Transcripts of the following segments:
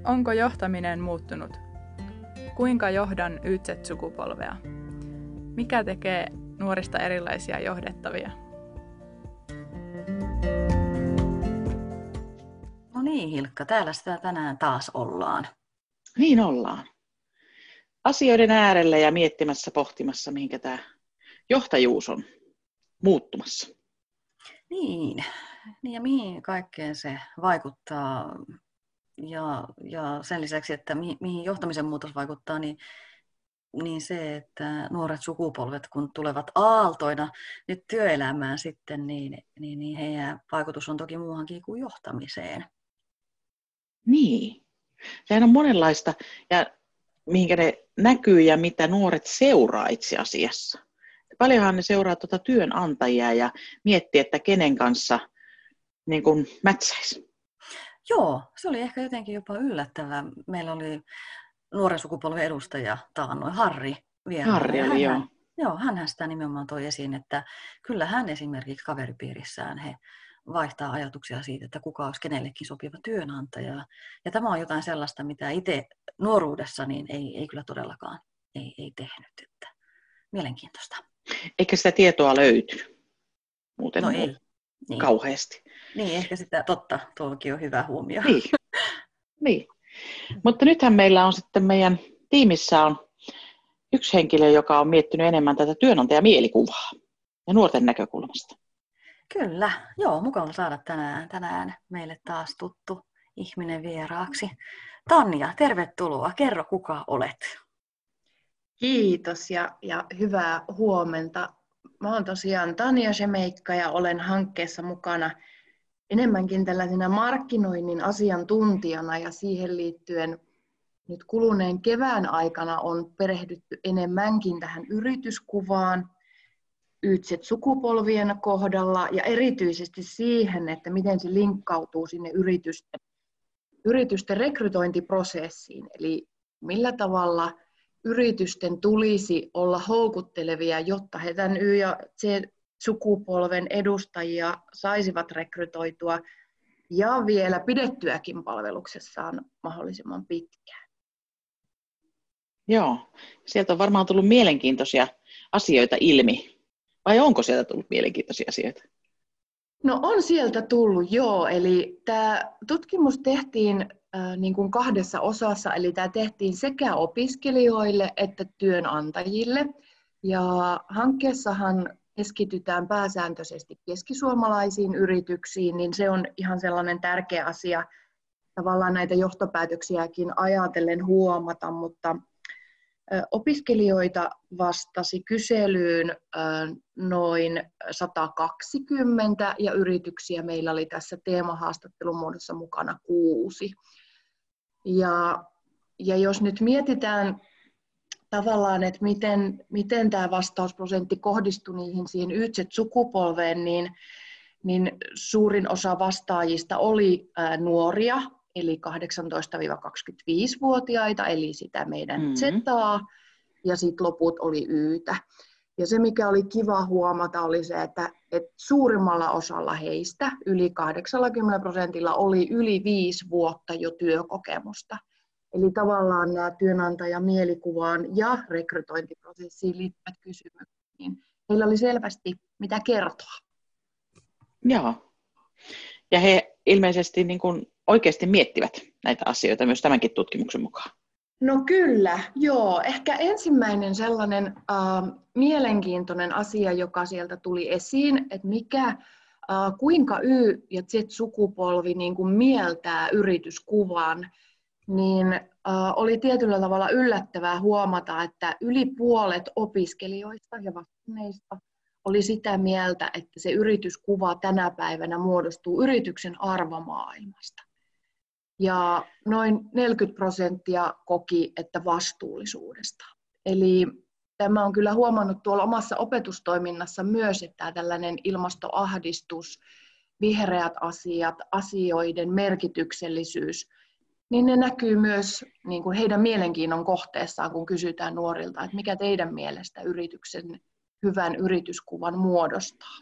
Onko johtaminen muuttunut? Kuinka johdan YZ-sukupolvea? Mikä tekee nuorista erilaisia johdettavia? No niin, Hilkka, täällä sitä tänään taas ollaan. Niin ollaan. Asioiden äärellä ja miettimässä, pohtimassa, mihinkä tämä johtajuus on muuttumassa. Niin ja mihin kaikkeen se vaikuttaa ja sen lisäksi, että mihin johtamisen muutos vaikuttaa, niin se, että nuoret sukupolvet, kun tulevat aaltoina nyt työelämään sitten, niin heidän vaikutus on toki muuhankin kuin johtamiseen. Niin. Sehän on monenlaista, ja mihinkä ne näkyy ja mitä nuoret seuraa itse asiassa. Paljonhan ne seuraa työnantajia ja miettii, että kenen kanssa niin kuin mätsäisi. Joo, se oli ehkä jotenkin jopa yllättävää. Meillä oli nuoren sukupolven edustaja taannoin, Harri vieraana. Harri oli, joo. Joo, hän sitä nimenomaan toi esiin, että kyllä hän esimerkiksi kaveripiirissään he vaihtaa ajatuksia siitä, että kuka olisi kenellekin sopiva työnantaja. Ja tämä on jotain sellaista, mitä itse nuoruudessa niin ei kyllä todellakaan ei tehnyt. Että mielenkiintoista. Eikä sitä tietoa löytynyt muuten ei. Niin. Kauheasti. Niin, ehkä sitä totta. Tuokin on hyvä huomio. Niin. Mutta nythän meillä on sitten meidän tiimissä on yksi henkilö, joka on miettinyt enemmän tätä työnantajamielikuvaa ja nuorten näkökulmasta. Kyllä, joo, mukava saada tänään meille taas tuttu ihminen vieraaksi. Tanja, tervetuloa. Kerro, kuka olet. Kiitos ja hyvää huomenta. Mä oon tosiaan Tanja Shemeikka ja olen hankkeessa mukana enemmänkin tällaisena markkinoinnin asiantuntijana ja siihen liittyen nyt kuluneen kevään aikana on perehdytty enemmänkin tähän yrityskuvaan YZ-sukupolvien kohdalla ja erityisesti siihen, että miten se linkkautuu sinne yritysten rekrytointiprosessiin. Eli millä tavalla yritysten tulisi olla houkuttelevia, jotta he tämän Y- ja Z-sukupolven edustajia saisivat rekrytoitua ja vielä pidettyäkin palveluksessaan mahdollisimman pitkään. Joo, sieltä on varmaan tullut mielenkiintoisia asioita ilmi. Vai onko sieltä tullut mielenkiintoisia asioita? No on sieltä tullut, joo. Eli tämä tutkimus tehtiin niin kuin kahdessa osassa, eli tämä tehtiin sekä opiskelijoille että työnantajille. Ja hankkeessahan keskitytään pääsääntöisesti keskisuomalaisiin yrityksiin, niin se on ihan sellainen tärkeä asia tavallaan näitä johtopäätöksiäkin ajatellen huomata, mutta opiskelijoita vastasi kyselyyn noin 120 ja yrityksiä meillä oli tässä teemahaastattelun muodossa mukana 6. Ja jos nyt mietitään tavallaan, että miten tämä vastausprosentti kohdistui siihen YZ-sukupolveen, niin suurin osa vastaajista oli nuoria, eli 18-25-vuotiaita, eli sitä meidän Zetaa, ja sitten loput oli Ytä. Ja se, mikä oli kiva huomata, oli se, että suurimmalla osalla heistä, yli 80%, oli yli 5 vuotta jo työkokemusta. Eli tavallaan nämä työnantajan mielikuvaan ja rekrytointiprosessiin liittyvät kysymykset, niin heillä oli selvästi mitä kertoa. Joo. Ja he ilmeisesti niin kuin oikeasti miettivät näitä asioita myös tämänkin tutkimuksen mukaan. No kyllä, joo. Ehkä ensimmäinen sellainen mielenkiintoinen asia, joka sieltä tuli esiin, että kuinka Y- ja Z-sukupolvi niin kuin mieltää yrityskuvan, niin oli tietyllä tavalla yllättävää huomata, että yli puolet opiskelijoista ja vastanneista oli sitä mieltä, että se yrityskuva tänä päivänä muodostuu yrityksen arvomaailmasta. Ja noin 40% koki, että vastuullisuudesta. Eli tämä on kyllä huomannut tuolla omassa opetustoiminnassa myös, että tällainen ilmastoahdistus, vihreät asiat, asioiden merkityksellisyys, niin ne näkyy myös niin kuin heidän mielenkiinnon kohteessaan, kun kysytään nuorilta, että mikä teidän mielestä yrityksen hyvän yrityskuvan muodostaa.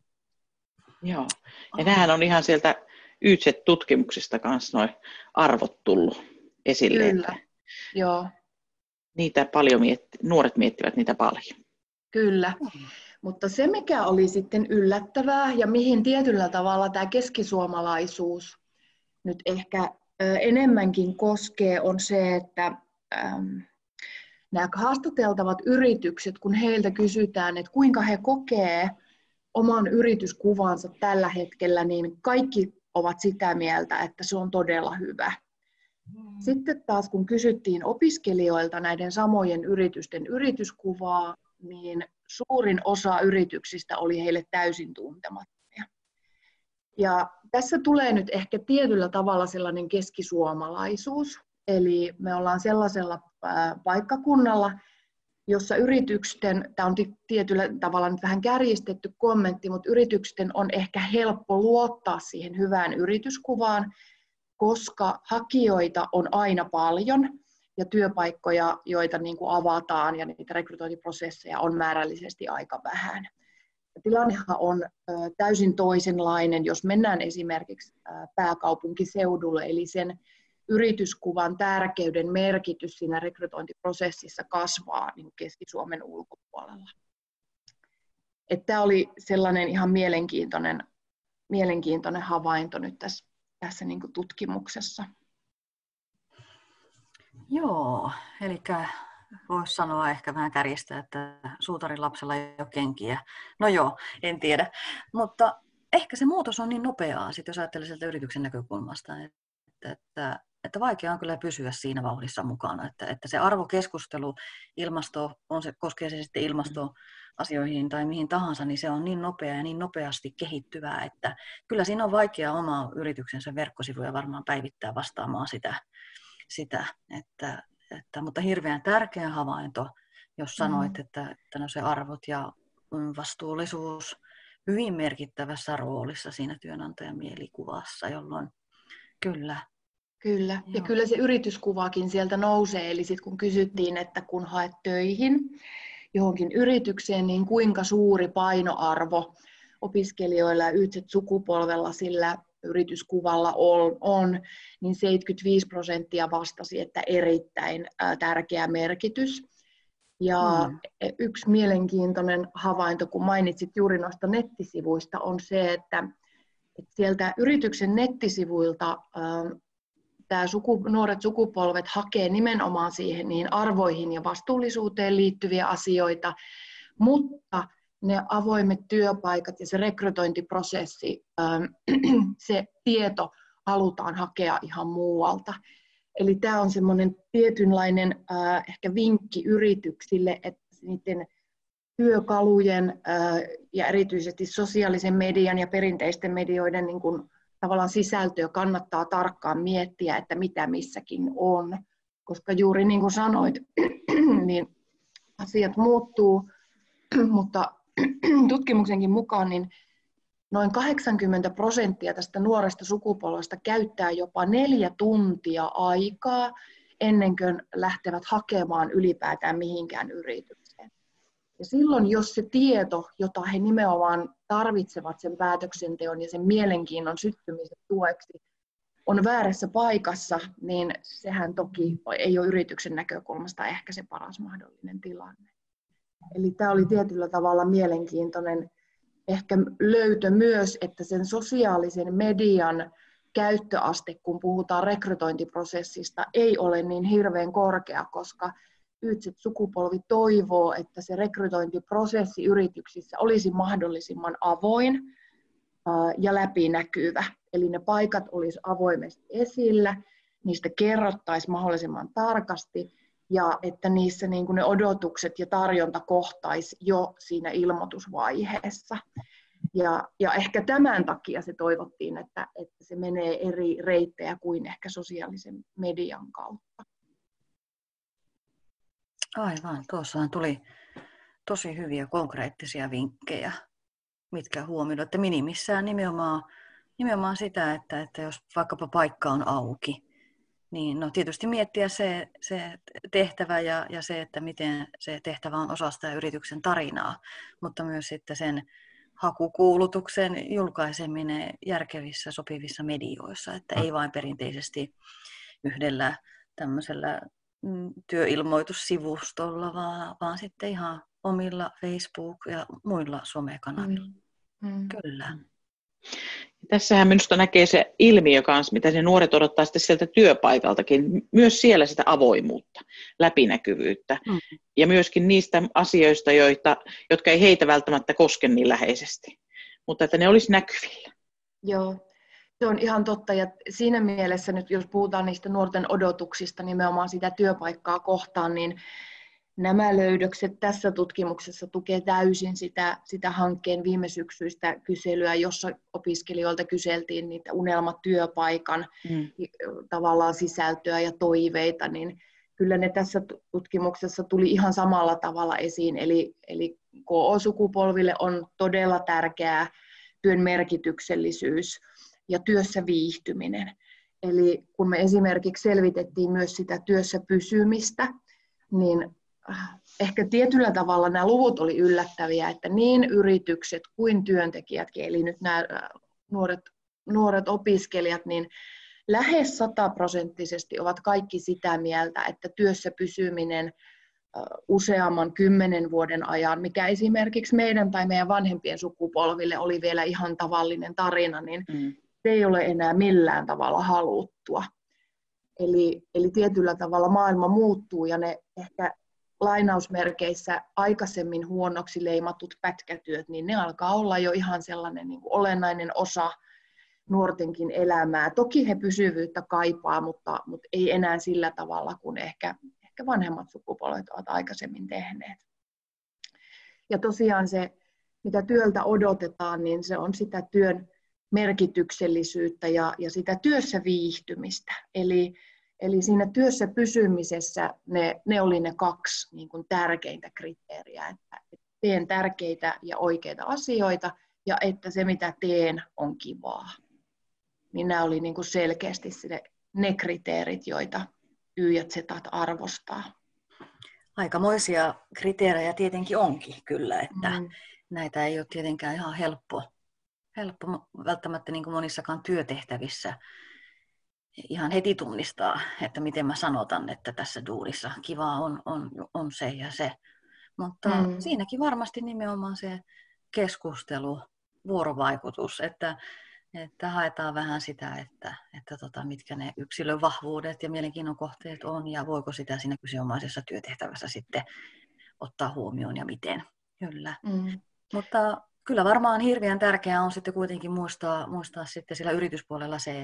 Joo, ja nämähän on ihan sieltä YZ-tutkimuksista kanssa nuo arvot tullut esille. Kyllä, joo. Niitä paljon nuoret miettivät niitä paljon. Kyllä, mutta se mikä oli sitten yllättävää ja mihin tietyllä tavalla tämä keskisuomalaisuus nyt ehkä enemmänkin koskee, on se, että nämä haastateltavat yritykset, kun heiltä kysytään, että kuinka he kokee oman yrityskuvansa tällä hetkellä, niin kaikki ovat sitä mieltä, että se on todella hyvä. Sitten taas kun kysyttiin opiskelijoilta näiden samojen yritysten yrityskuvaa, niin suurin osa yrityksistä oli heille täysin tuntemattomia. Ja tässä tulee nyt ehkä tietyllä tavalla sellainen keskisuomalaisuus, eli me ollaan sellaisella paikkakunnalla, jossa yritysten, tämä on tietyllä tavalla nyt vähän kärjistetty kommentti, mutta yritysten on ehkä helppo luottaa siihen hyvään yrityskuvaan, koska hakijoita on aina paljon ja työpaikkoja, joita niin kuin avataan ja niitä rekrytointiprosesseja on määrällisesti aika vähän. Tilannehan on täysin toisenlainen, jos mennään esimerkiksi pääkaupunkiseudulle, eli sen yrityskuvan tärkeyden merkitys siinä rekrytointiprosessissa kasvaa niin Keski-Suomen ulkopuolella. Tämä oli sellainen ihan mielenkiintoinen havainto nyt tässä niin kuin tutkimuksessa. Joo, eli voisi sanoa ehkä vähän kärjistää, että suutarin lapsella ei ole kenkiä. No joo, en tiedä. Mutta ehkä se muutos on niin nopeaa, sit jos ajattelee sieltä yrityksen näkökulmasta, että vaikea on kyllä pysyä siinä vauhdissa mukana. Että se arvokeskustelu, koskee se sitten ilmastoasioihin tai mihin tahansa, niin se on niin nopea ja niin nopeasti kehittyvää, että kyllä siinä on vaikea oma yrityksensä verkkosivuja varmaan päivittää vastaamaan sitä mutta hirveän tärkeä havainto, jos sanoit, että no se arvot ja vastuullisuus hyvin merkittävässä roolissa siinä työnantajan mielikuvassa, jolloin kyllä. Kyllä, ja kyllä se yrityskuvakin sieltä nousee, eli sitten kun kysyttiin, että kun haet töihin johonkin yritykseen, niin kuinka suuri painoarvo opiskelijoilla ja YZ-sukupolvella sillä yrityskuvalla on, niin 75% vastasi, että erittäin tärkeä merkitys. Ja yksi mielenkiintoinen havainto, kun mainitsit juuri noista nettisivuista, on se, että sieltä yrityksen nettisivuilta nuoret sukupolvet hakee nimenomaan siihen niihin arvoihin ja vastuullisuuteen liittyviä asioita, mutta ne avoimet työpaikat ja se rekrytointiprosessi, se tieto halutaan hakea ihan muualta. Eli tämä on semmoinen tietynlainen ehkä vinkki yrityksille, että niiden työkalujen ja erityisesti sosiaalisen median ja perinteisten medioiden niin kuin tavallaan sisältöä kannattaa tarkkaan miettiä, että mitä missäkin on. Koska juuri niin kuin sanoit, niin asiat muuttuu, mutta tutkimuksenkin mukaan niin noin 80% tästä nuoresta sukupolvesta käyttää jopa 4 tuntia aikaa ennen kuin lähtevät hakemaan ylipäätään mihinkään yritykseen. Ja silloin, jos se tieto, jota he nimenomaan tarvitsevat sen päätöksenteon ja sen mielenkiinnon syttymisen tueksi, on väärässä paikassa, niin sehän toki ei ole yrityksen näkökulmasta ehkä se paras mahdollinen tilanne. Eli tämä oli tietyllä tavalla mielenkiintoinen ehkä löytö myös, että sen sosiaalisen median käyttöaste, kun puhutaan rekrytointiprosessista, ei ole niin hirveän korkea, koska YZ-sukupolvi toivoo, että se rekrytointiprosessi yrityksissä olisi mahdollisimman avoin ja läpinäkyvä. Eli ne paikat olisi avoimesti esillä, niistä kerrottaisiin mahdollisimman tarkasti ja että niissä niin kuin ne odotukset ja tarjonta kohtaisi jo siinä ilmoitusvaiheessa. Ja ehkä tämän takia se toivottiin, että se menee eri reittejä kuin ehkä sosiaalisen median kautta. Aivan, tuossahan tuli tosi hyviä konkreettisia vinkkejä, mitkä huomioidaan, että minimissään nimenomaan sitä, että jos vaikkapa paikka on auki, niin no tietysti miettiä se tehtävä ja se, että miten se tehtävä on osa sitä yrityksen tarinaa, mutta myös sitten sen hakukuulutuksen julkaiseminen järkevissä, sopivissa medioissa, että ei vain perinteisesti yhdellä tämmöisellä työilmoitussivustolla, vaan sitten ihan omilla Facebook- ja muilla somekanavilla. Kyllä. Tässähän minusta näkee se ilmiö kanssa, mitä ne nuoret odottaa sitten sieltä työpaikaltakin. Myös siellä sitä avoimuutta, läpinäkyvyyttä ja myöskin niistä asioista, jotka ei heitä välttämättä koske niin läheisesti, mutta että ne olisi näkyvillä. Joo, se on ihan totta. Ja siinä mielessä nyt, jos puhutaan niistä nuorten odotuksista nimenomaan sitä työpaikkaa kohtaan, niin nämä löydökset tässä tutkimuksessa tukee täysin sitä hankkeen viime syksyistä kyselyä, jossa opiskelijoilta kyseltiin niitä unelmatyöpaikan tavallaan sisältöä ja toiveita, niin kyllä ne tässä tutkimuksessa tuli ihan samalla tavalla esiin. Eli KO-sukupolville on todella tärkeää työn merkityksellisyys ja työssä viihtyminen. Eli kun me esimerkiksi selvitettiin myös sitä työssä pysymistä, niin ehkä tietyllä tavalla nämä luvut oli yllättäviä, että niin yritykset kuin työntekijätkin, eli nyt nämä nuoret opiskelijat, niin lähes 100% ovat kaikki sitä mieltä, että työssä pysyminen useamman 10 vuoden ajan, mikä esimerkiksi meidän tai meidän vanhempien sukupolville oli vielä ihan tavallinen tarina, niin se ei ole enää millään tavalla haluttua. Eli tietyllä tavalla maailma muuttuu ja ne ehkä lainausmerkeissä aikaisemmin huonoksi leimatut pätkätyöt, niin ne alkaa olla jo ihan sellainen niin kuin olennainen osa nuortenkin elämää. Toki he pysyvyyttä kaipaa, mutta ei enää sillä tavalla kuin ehkä vanhemmat sukupolvet ovat aikaisemmin tehneet. Ja tosiaan se, mitä työltä odotetaan, niin se on sitä työn merkityksellisyyttä ja sitä työssä viihtymistä. Eli siinä työssä pysymisessä ne oli ne 2 niin kuin tärkeintä kriteeriä, että teen tärkeitä ja oikeita asioita ja että se mitä teen on kivaa. Niin nämä oli niin kuin selkeästi ne kriteerit, joita Y ja Z arvostaa. Aikamoisia kriteerejä tietenkin onkin kyllä, että näitä ei ole tietenkään ihan helppo välttämättä niin kuin monissakaan työtehtävissä ihan heti tunnistaa, että miten mä sanotan, että tässä duunissa kivaa on se ja se. Mutta siinäkin varmasti nimenomaan se keskustelu, vuorovaikutus, että haetaan vähän sitä, että mitkä ne yksilön vahvuudet ja mielenkiinnon kohteet on ja voiko sitä siinä kyseenomaisessa työtehtävässä sitten ottaa huomioon ja miten. Kyllä. Mutta kyllä varmaan hirveän tärkeää on sitten kuitenkin muistaa sitten sillä yrityspuolella se,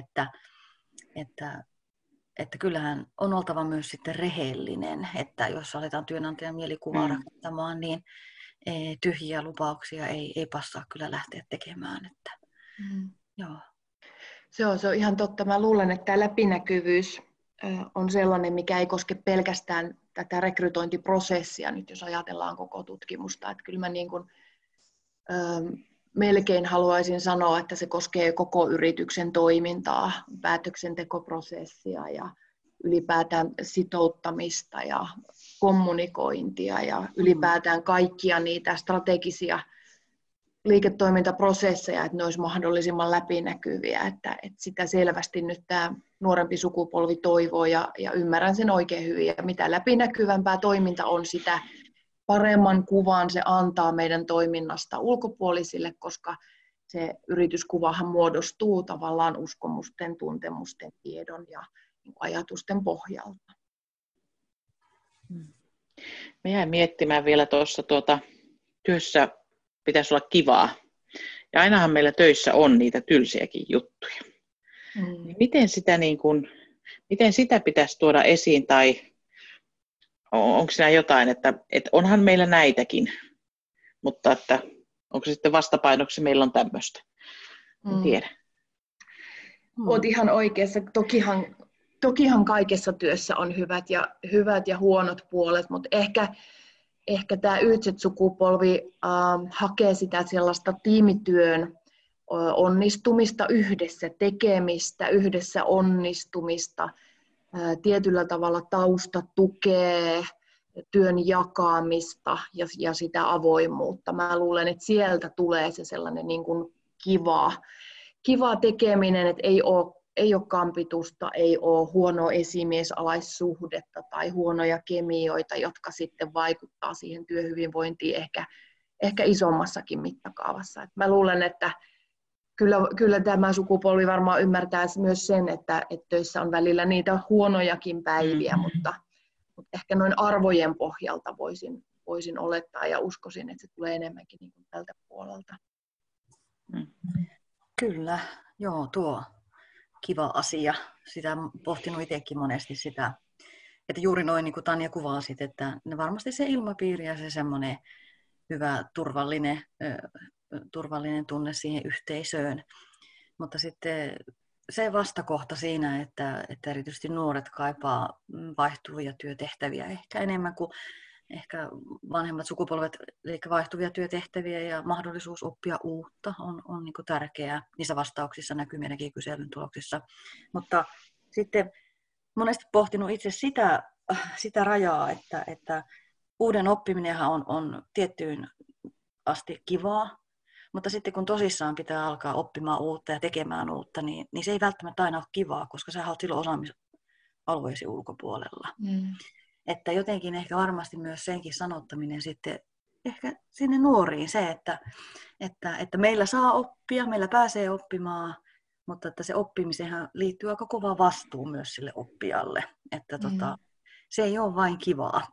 että kyllähän on oltava myös sitten rehellinen, että jos aletaan työnantajan mielikuvaa rakentamaan, niin tyhjiä lupauksia ei passaa kyllä lähteä tekemään. Että, joo. Se on ihan totta. Mä luulen, että tämä läpinäkyvyys on sellainen, mikä ei koske pelkästään tätä rekrytointiprosessia, nyt jos ajatellaan koko tutkimusta. Että kyllä mä niin kuin, melkein haluaisin sanoa, että se koskee koko yrityksen toimintaa, päätöksentekoprosessia ja ylipäätään sitouttamista ja kommunikointia ja ylipäätään kaikkia niitä strategisia liiketoimintaprosesseja, että ne olisi mahdollisimman läpinäkyviä, että sitä selvästi nyt tämä nuorempi sukupolvi toivoo ja ymmärrän sen oikein hyvin. Ja mitä läpinäkyvämpää toiminta on, sitä paremman kuvan se antaa meidän toiminnasta ulkopuolisille, koska se yrityskuvahan muodostuu tavallaan uskomusten, tuntemusten, tiedon ja ajatusten pohjalta. Mä jäin miettimään vielä tuossa työssä pitäisi olla kivaa. Ja ainahan meillä töissä on niitä tylsiäkin juttuja. Miten sitä pitäisi tuoda esiin tai onko siinä jotain, että onhan meillä näitäkin, mutta että onko se sitten vastapainoksi meillä on tämmöistä? En tiedä. Olet ihan oikeassa. Tokihan kaikessa työssä on hyvät ja huonot puolet, mutta ehkä tämä YZ-sukupolvi hakee sitä sellaista tiimityön onnistumista, yhdessä tekemistä, yhdessä onnistumista, tietyllä tavalla tausta tukee työn jakamista ja sitä avoimuutta. Mä luulen, että sieltä tulee se sellainen niin kuin kiva tekeminen, että ei ole kampitusta, ei ole huonoa esimiesalaissuhdetta tai huonoja kemioita, jotka sitten vaikuttaa siihen työhyvinvointiin ehkä isommassakin mittakaavassa. Et mä luulen, että kyllä tämä sukupolvi varmaan ymmärtää myös sen, että töissä on välillä niitä huonojakin päiviä, mutta ehkä noin arvojen pohjalta voisin olettaa ja uskoisin, että se tulee enemmänkin niin kuin tältä puolelta. Kyllä, joo, tuo kiva asia. Sitä olen pohtinut itsekin monesti sitä, että juuri noin niin kuin Tanja kuvasit, että ne varmasti se ilmapiiri ja se semmoinen hyvä turvallinen tunne siihen yhteisöön. Mutta sitten se vastakohta siinä, että erityisesti nuoret kaipaa vaihtuvia työtehtäviä ehkä enemmän kuin ehkä vanhemmat sukupolvet, eli vaihtuvia työtehtäviä ja mahdollisuus oppia uutta on niin kuin tärkeää. Niissä vastauksissa näkyy meidänkin kyselyn tuloksissa. Mutta sitten monesti pohtinut itse sitä rajaa, että uuden oppiminenhan on tiettyyn asti kivaa, mutta sitten kun tosissaan pitää alkaa oppimaan uutta ja tekemään uutta, niin se ei välttämättä aina ole kivaa, koska sä olet silloin osaamisalueesi ulkopuolella. Että jotenkin ehkä varmasti myös senkin sanottaminen sitten ehkä sinne nuoriin se, että meillä saa oppia, meillä pääsee oppimaan, mutta että se oppimisenhan liittyy aika kova vastuu myös sille oppijalle, että se ei ole vain kivaa.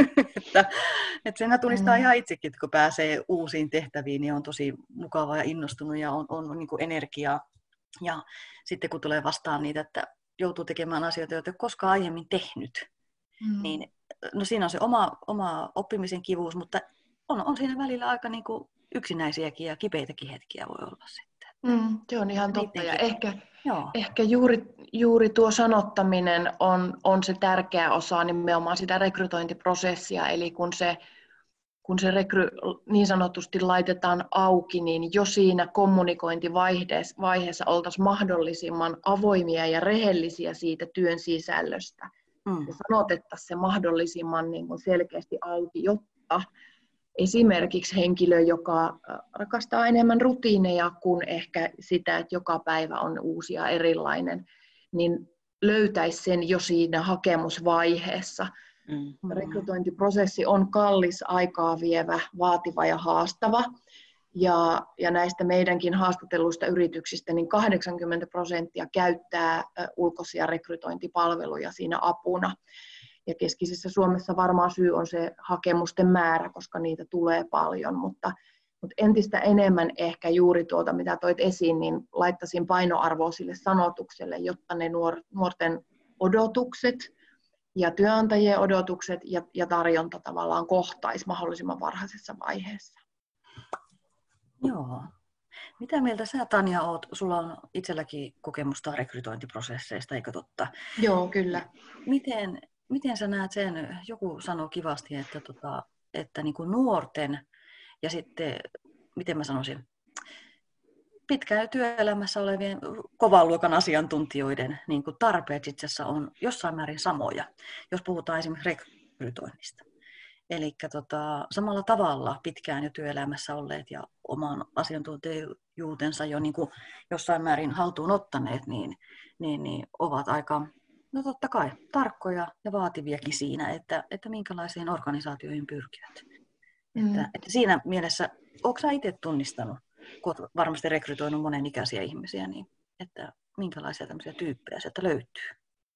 että sen tunnistaa ihan itsekin, että kun pääsee uusiin tehtäviin, niin on tosi mukava ja innostunut ja on niin kuin energiaa. Ja sitten kun tulee vastaan niitä, että joutuu tekemään asioita, joita ei ole koskaan aiemmin tehnyt, niin no siinä on se oma oppimisen kivuus, mutta on siinä välillä aika niin kuin yksinäisiäkin ja kipeitäkin hetkiä voi olla sitten. Se on ihan totta. Ja ehkä juuri tuo sanottaminen on se tärkeä osa nimenomaan sitä rekrytointiprosessia, eli kun se niin sanotusti laitetaan auki, niin jo siinä kommunikointivaiheessa oltaisiin mahdollisimman avoimia ja rehellisiä siitä työn sisällöstä. Ja sanotettaisiin se mahdollisimman niin kuin selkeästi auki, jotta esimerkiksi henkilö, joka rakastaa enemmän rutiineja kuin ehkä sitä, että joka päivä on uusi ja erilainen, niin löytäisi sen jo siinä hakemusvaiheessa. Rekrytointiprosessi on kallis, aikaa vievä, vaativa ja haastava. Ja näistä meidänkin haastatelluista yrityksistä niin 80% käyttää ulkoisia rekrytointipalveluja siinä apuna. Ja keskisessä Suomessa varmaan syy on se hakemusten määrä, koska niitä tulee paljon, mutta entistä enemmän ehkä juuri tuolta, mitä toit esiin, niin laittaisin painoarvoa sille sanotukselle, jotta ne nuorten odotukset ja työnantajien odotukset ja tarjonta tavallaan kohtaisi mahdollisimman varhaisessa vaiheessa. Joo. Mitä mieltä sä, Tanja, oot? Sulla on itselläkin kokemusta rekrytointiprosesseista, eikö totta? Joo, kyllä. Miten sä näet sen? Joku sanoo kivasti, että niin kuin nuorten ja sitten, miten mä sanoisin, pitkään työelämässä olevien kovan luokan asiantuntijoiden niin kuin tarpeet itse asiassa on jossain määrin samoja, jos puhutaan esimerkiksi rekrytoinnista. Eli samalla tavalla pitkään jo työelämässä olleet ja oman asiantuntijuutensa jo niin kuin jossain määrin haltuun ottaneet, niin ovat aika, no totta kai, tarkkoja ja vaativiakin siinä, että minkälaisiin organisaatioihin pyrkivät. Että siinä mielessä, oletko sä itse tunnistanut, kun olet varmasti rekrytoinut monenikäisiä ihmisiä, niin että minkälaisia tämmöisiä tyyppejä sieltä löytyy?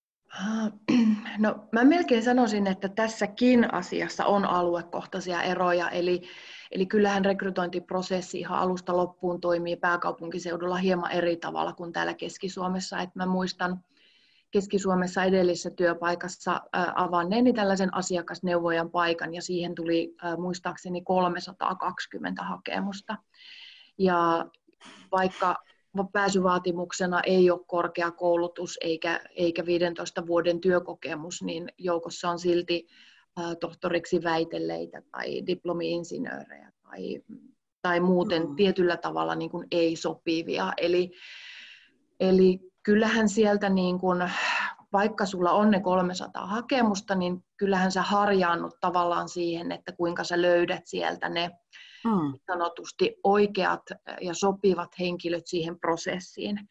No, mä melkein sanoisin, että tässäkin asiassa on aluekohtaisia eroja, eli kyllähän rekrytointiprosessi ihan alusta loppuun toimii pääkaupunkiseudulla hieman eri tavalla kuin täällä Keski-Suomessa. Et mä muistan Keski-Suomessa edellisessä työpaikassa avanneeni tällaisen asiakasneuvojan paikan, ja siihen tuli muistaakseni 320 hakemusta. Ja vaikka pääsyvaatimuksena ei ole korkeakoulutus eikä 15 vuoden työkokemus, niin joukossa on silti tohtoriksi väitelleitä tai diplomi-insinöörejä tai muuten tietyllä tavalla niin kuin ei-sopivia. Eli kyllähän sieltä, niin kuin, vaikka sulla on ne 300 hakemusta, niin kyllähän sä harjaannut tavallaan siihen, että kuinka sä löydät sieltä ne sanotusti oikeat ja sopivat henkilöt siihen prosessiin.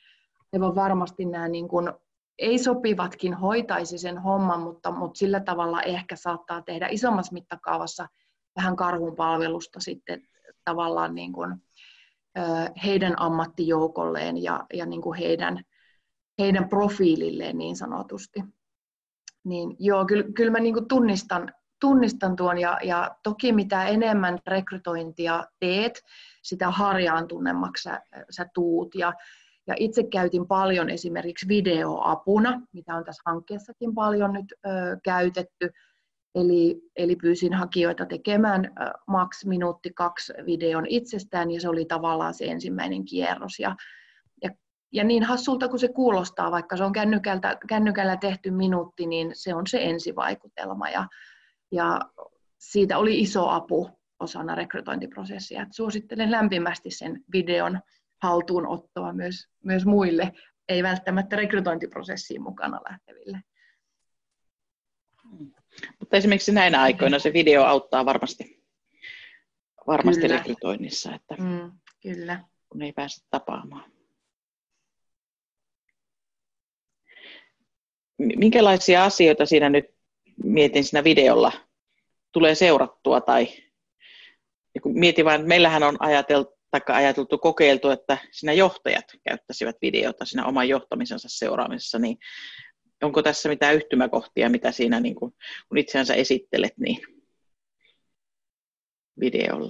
aivan varmasti nämä niin kuin ei-sopivatkin hoitaisi sen homman, mutta sillä tavalla ehkä saattaa tehdä isommassa mittakaavassa vähän karhunpalvelusta sitten tavallaan niin kuin, heidän ammattijoukolleen ja niin kuin heidän profiililleen niin sanotusti. Niin joo, kyllä mä niin kuin tunnistan tuon ja toki mitä enemmän rekrytointia teet, sitä harjaantuneemmaksi sä tuut. Ja itse käytin paljon esimerkiksi videoapuna, mitä on tässä hankkeessakin paljon nyt käytetty. Eli pyysin hakijoita tekemään maks minuutti 2 videon itsestään, ja se oli tavallaan se ensimmäinen kierros. Ja niin hassulta kuin se kuulostaa, vaikka se on kännykällä tehty minuutti, niin se on se ensivaikutelma. Ja siitä oli iso apu osana rekrytointiprosessia. Et suosittelen lämpimästi sen videon haltuunottoa myös muille, ei välttämättä rekrytointiprosessiin mukana lähteville. Mutta esimerkiksi näinä aikoina se video auttaa varmasti rekrytoinnissa, että kyllä. Kun ei pääse tapaamaan. Minkälaisia asioita siinä nyt mietin siinä videolla tulee seurattua? Tai mietin vain, että meillähän on ajateltu, kokeiltu, että siinä johtajat käyttäisivät videota siinä oman johtamisensa seuraamisessa, niin onko tässä mitään yhtymäkohtia, mitä siinä niin kun itseänsä esittelet niin videolla?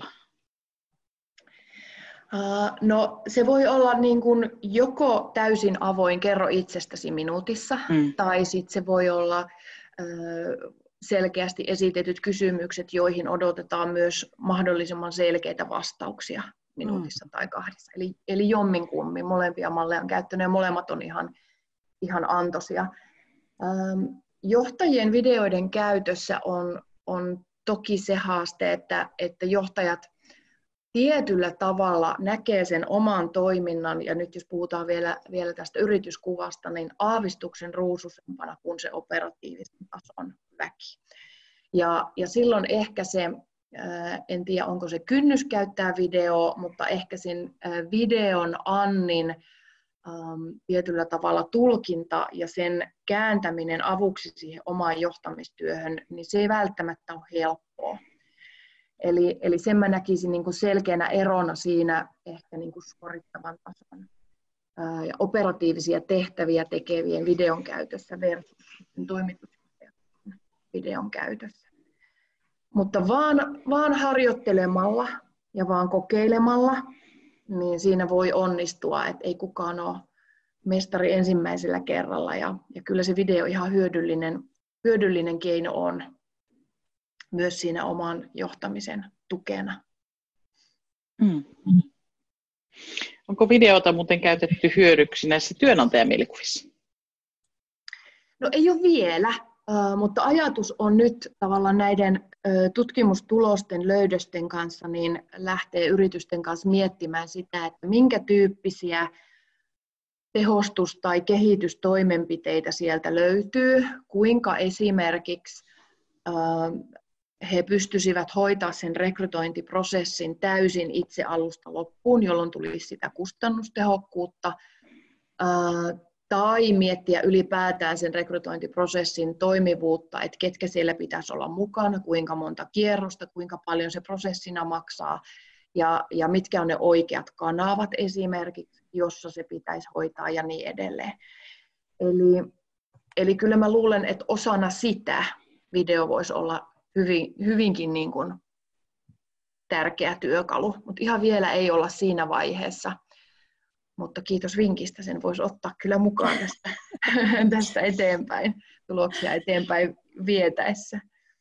No se voi olla niin kuin joko täysin avoin, kerro itsestäsi minuutissa, tai sitten se voi olla selkeästi esitetyt kysymykset, joihin odotetaan myös mahdollisimman selkeitä vastauksia minuutissa tai 2. Eli jomminkummin, molempia malleja on käyttänyt ja molemmat on ihan antoisia. Johtajien videoiden käytössä on toki se haaste, että johtajat tietyllä tavalla näkee sen oman toiminnan, ja nyt jos puhutaan vielä tästä yrityskuvasta, niin aavistuksen ruusuisempana kuin se operatiivisen tason väki. Ja silloin ehkä se, en tiedä onko se kynnys käyttää videoa, mutta ehkä sen videon annin tietyllä tavalla tulkinta ja sen kääntäminen avuksi siihen omaan johtamistyöhön, niin se ei välttämättä ole helppoa. Eli sen mä näkisin niin kuin selkeänä erona siinä ehkä niin kuin suorittavan tason ja operatiivisia tehtäviä tekevien videon käytössä versus toimitusjohtajan videon käytössä. Mutta vaan harjoittelemalla ja vaan kokeilemalla, niin siinä voi onnistua, että ei kukaan ole mestari ensimmäisellä kerralla. Ja kyllä se video ihan hyödyllinen keino on myös siinä oman johtamisen tukena. Onko videota muuten käytetty hyödyksi näissä työnantajamielikuvissa? No ei ole vielä, mutta ajatus on nyt tavallaan näiden tutkimustulosten löydösten kanssa niin lähtee yritysten kanssa miettimään sitä, että minkä tyyppisiä tehostus- tai kehitystoimenpiteitä sieltä löytyy, kuinka esimerkiksi he pystyisivät hoitaa sen rekrytointiprosessin täysin itse alusta loppuun, jolloin tulisi sitä kustannustehokkuutta, tai miettiä ylipäätään sen rekrytointiprosessin toimivuutta, että ketkä siellä pitäisi olla mukana, kuinka monta kierrosta, kuinka paljon se prosessina maksaa, ja mitkä on ne oikeat kanavat esimerkiksi, jossa se pitäisi hoitaa ja niin edelleen. Eli kyllä mä luulen, että osana sitä video voisi olla hyvinkin niin kuin tärkeä työkalu, mutta ihan vielä ei olla siinä vaiheessa. Mutta kiitos vinkistä, sen voisi ottaa kyllä mukaan tästä eteenpäin, tuloksia eteenpäin vietäessä.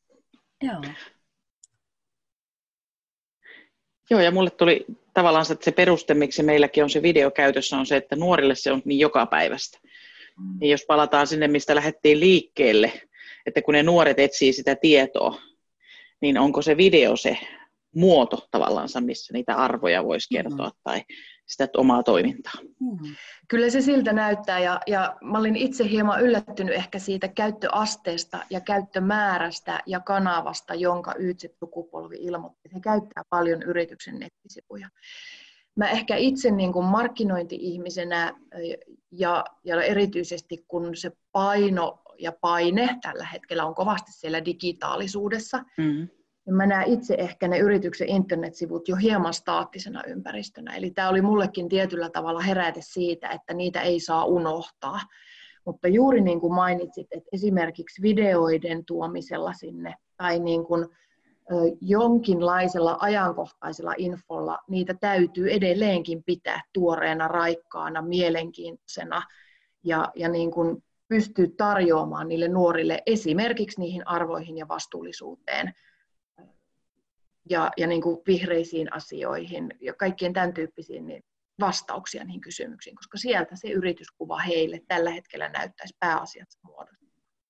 Joo, ja mulle tuli tavallaan että se peruste, miksi meilläkin on se video käytössä, on se, että nuorille se on niin jokapäiväistä. Niin jos palataan sinne, mistä lähdettiin liikkeelle, että kun ne nuoret etsii sitä tietoa, niin onko se video se muoto tavallaan, missä niitä arvoja voisi kertoa tai sitä omaa toimintaa. Kyllä se siltä näyttää, ja mä olin itse hieman yllättynyt ehkä siitä käyttöasteesta ja käyttömäärästä ja kanavasta, jonka YZ-sukupolvi ilmoitti. He käyttää paljon yrityksen nettisivuja. mä ehkä itse niin kuin markkinointi-ihmisenä ja erityisesti kun se paino ja paine tällä hetkellä on kovasti siellä digitaalisuudessa, niin mä näen itse ehkä ne yrityksen internetsivut jo hieman staattisena ympäristönä. Eli tämä oli mullekin tietyllä tavalla heräte siitä, että niitä ei saa unohtaa. Mutta juuri niin kuin mainitsit, että esimerkiksi videoiden tuomisella sinne tai niin kuin jonkinlaisella ajankohtaisella infolla niitä täytyy edelleenkin pitää tuoreena, raikkaana, mielenkiintoisena ja niin kuin pystyy tarjoamaan niille nuorille esimerkiksi niihin arvoihin ja vastuullisuuteen ja niin kuin vihreisiin asioihin ja kaikkien tämän tyyppisiin niin vastauksia niihin kysymyksiin, koska sieltä se yrityskuva heille tällä hetkellä näyttäisi pääasiassa muodossa.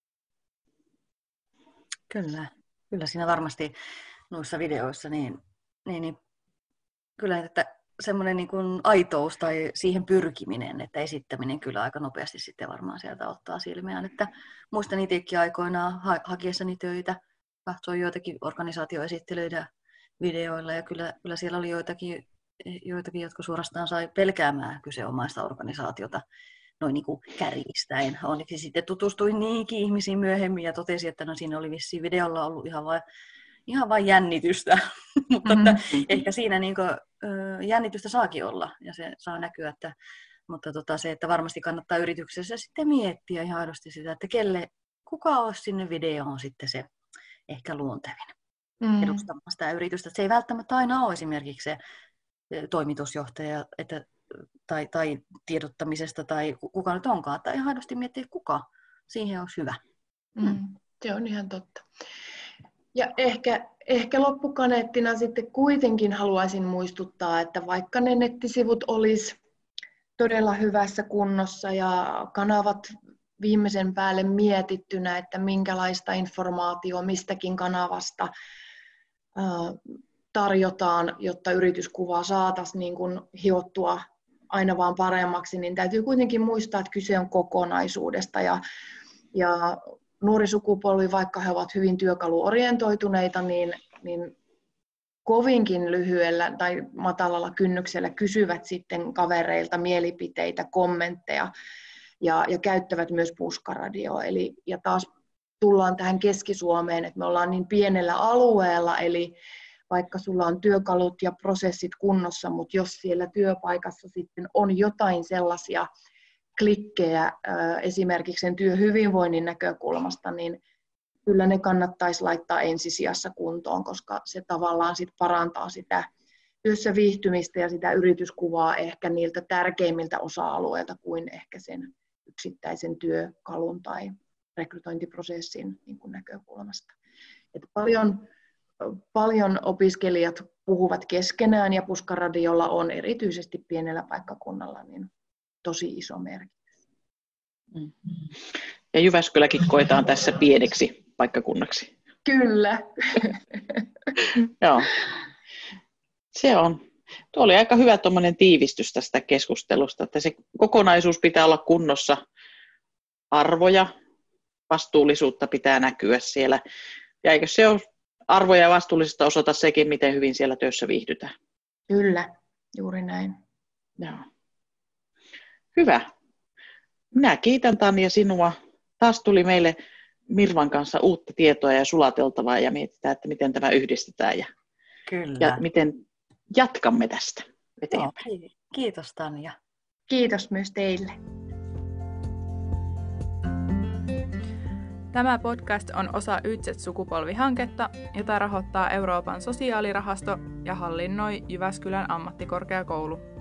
Kyllä siinä varmasti noissa videoissa niin kyllä, että semmoinen niin kuin aitous tai siihen pyrkiminen, että esittäminen kyllä aika nopeasti sitten varmaan sieltä ottaa silmiään. Että muistan itsekin aikoinaan hakiessani töitä, katsoin joitakin organisaatioesittelyitä videoilla ja kyllä siellä oli joitakin, jotka suorastaan sai pelkäämään kyseenomaista organisaatiota noin niin kuin kärjistäen. Onneksi sitten tutustuin niihinkin ihmisiin myöhemmin ja totesin, että no siinä oli vissiin videolla ollut ihan vain jännitystä, mutta että ehkä siinä niin kuin, jännitystä saakin olla ja se saa näkyä, mutta se, että varmasti kannattaa yrityksessä sitten miettiä ihan aidosti sitä, että kuka olisi sinne videoon sitten se ehkä luontevin edustamaan sitä yritystä. Se ei välttämättä aina ole esimerkiksi se toimitusjohtaja tai tiedottamisesta tai kuka nyt onkaan, tai ihan aidosti miettiä, kuka siihen olisi hyvä. Se on ihan totta. Ja ehkä loppukaneettina sitten kuitenkin haluaisin muistuttaa, että vaikka ne nettisivut olisi todella hyvässä kunnossa ja kanavat viimeisen päälle mietittynä, että minkälaista informaatiota mistäkin kanavasta tarjotaan, jotta yrityskuvaa saataisiin niin kuin hiottua aina vaan paremmaksi, niin täytyy kuitenkin muistaa, että kyse on kokonaisuudesta ja nuori sukupolvi, vaikka he ovat hyvin työkaluorientoituneita, niin kovinkin lyhyellä tai matalalla kynnyksellä kysyvät sitten kavereilta mielipiteitä, kommentteja ja käyttävät myös puskaradioa. Ja taas tullaan tähän Keski-Suomeen, että me ollaan niin pienellä alueella, eli vaikka sulla on työkalut ja prosessit kunnossa, mutta jos siellä työpaikassa sitten on jotain sellaisia klikkejä esimerkiksi sen työhyvinvoinnin näkökulmasta, niin kyllä ne kannattaisi laittaa ensisijassa kuntoon, koska se tavallaan sit parantaa sitä työssä viihtymistä ja sitä yrityskuvaa ehkä niiltä tärkeimmiltä osa-alueilta kuin ehkä sen yksittäisen työkalun tai rekrytointiprosessin niin kuin näkökulmasta. Et paljon opiskelijat puhuvat keskenään ja puskaradiolla on erityisesti pienellä paikkakunnalla niin tosi iso merkitys. Ja Jyväskyläkin koetaan tässä pieneksi paikkakunnaksi. Kyllä. Joo. Se on. Tuo oli aika hyvä tuommoinen tiivistys tästä keskustelusta, että se kokonaisuus pitää olla kunnossa. Arvoja, vastuullisuutta pitää näkyä siellä. Ja eikö se ole arvoja ja vastuullisuutta osoita sekin, miten hyvin siellä työssä viihdytään? Kyllä, juuri näin. Joo. Hyvä. Minä kiitän Tanja sinua. Taas tuli meille Mirvan kanssa uutta tietoa ja sulateltavaa ja mietitään, että miten tämä yhdistetään ja miten jatkamme tästä eteenpäin. Joo, kiitos Tanja. Kiitos myös teille. Tämä podcast on osa YZ-sukupolvihanketta, jota rahoittaa Euroopan sosiaalirahasto ja hallinnoi Jyväskylän ammattikorkeakoulu.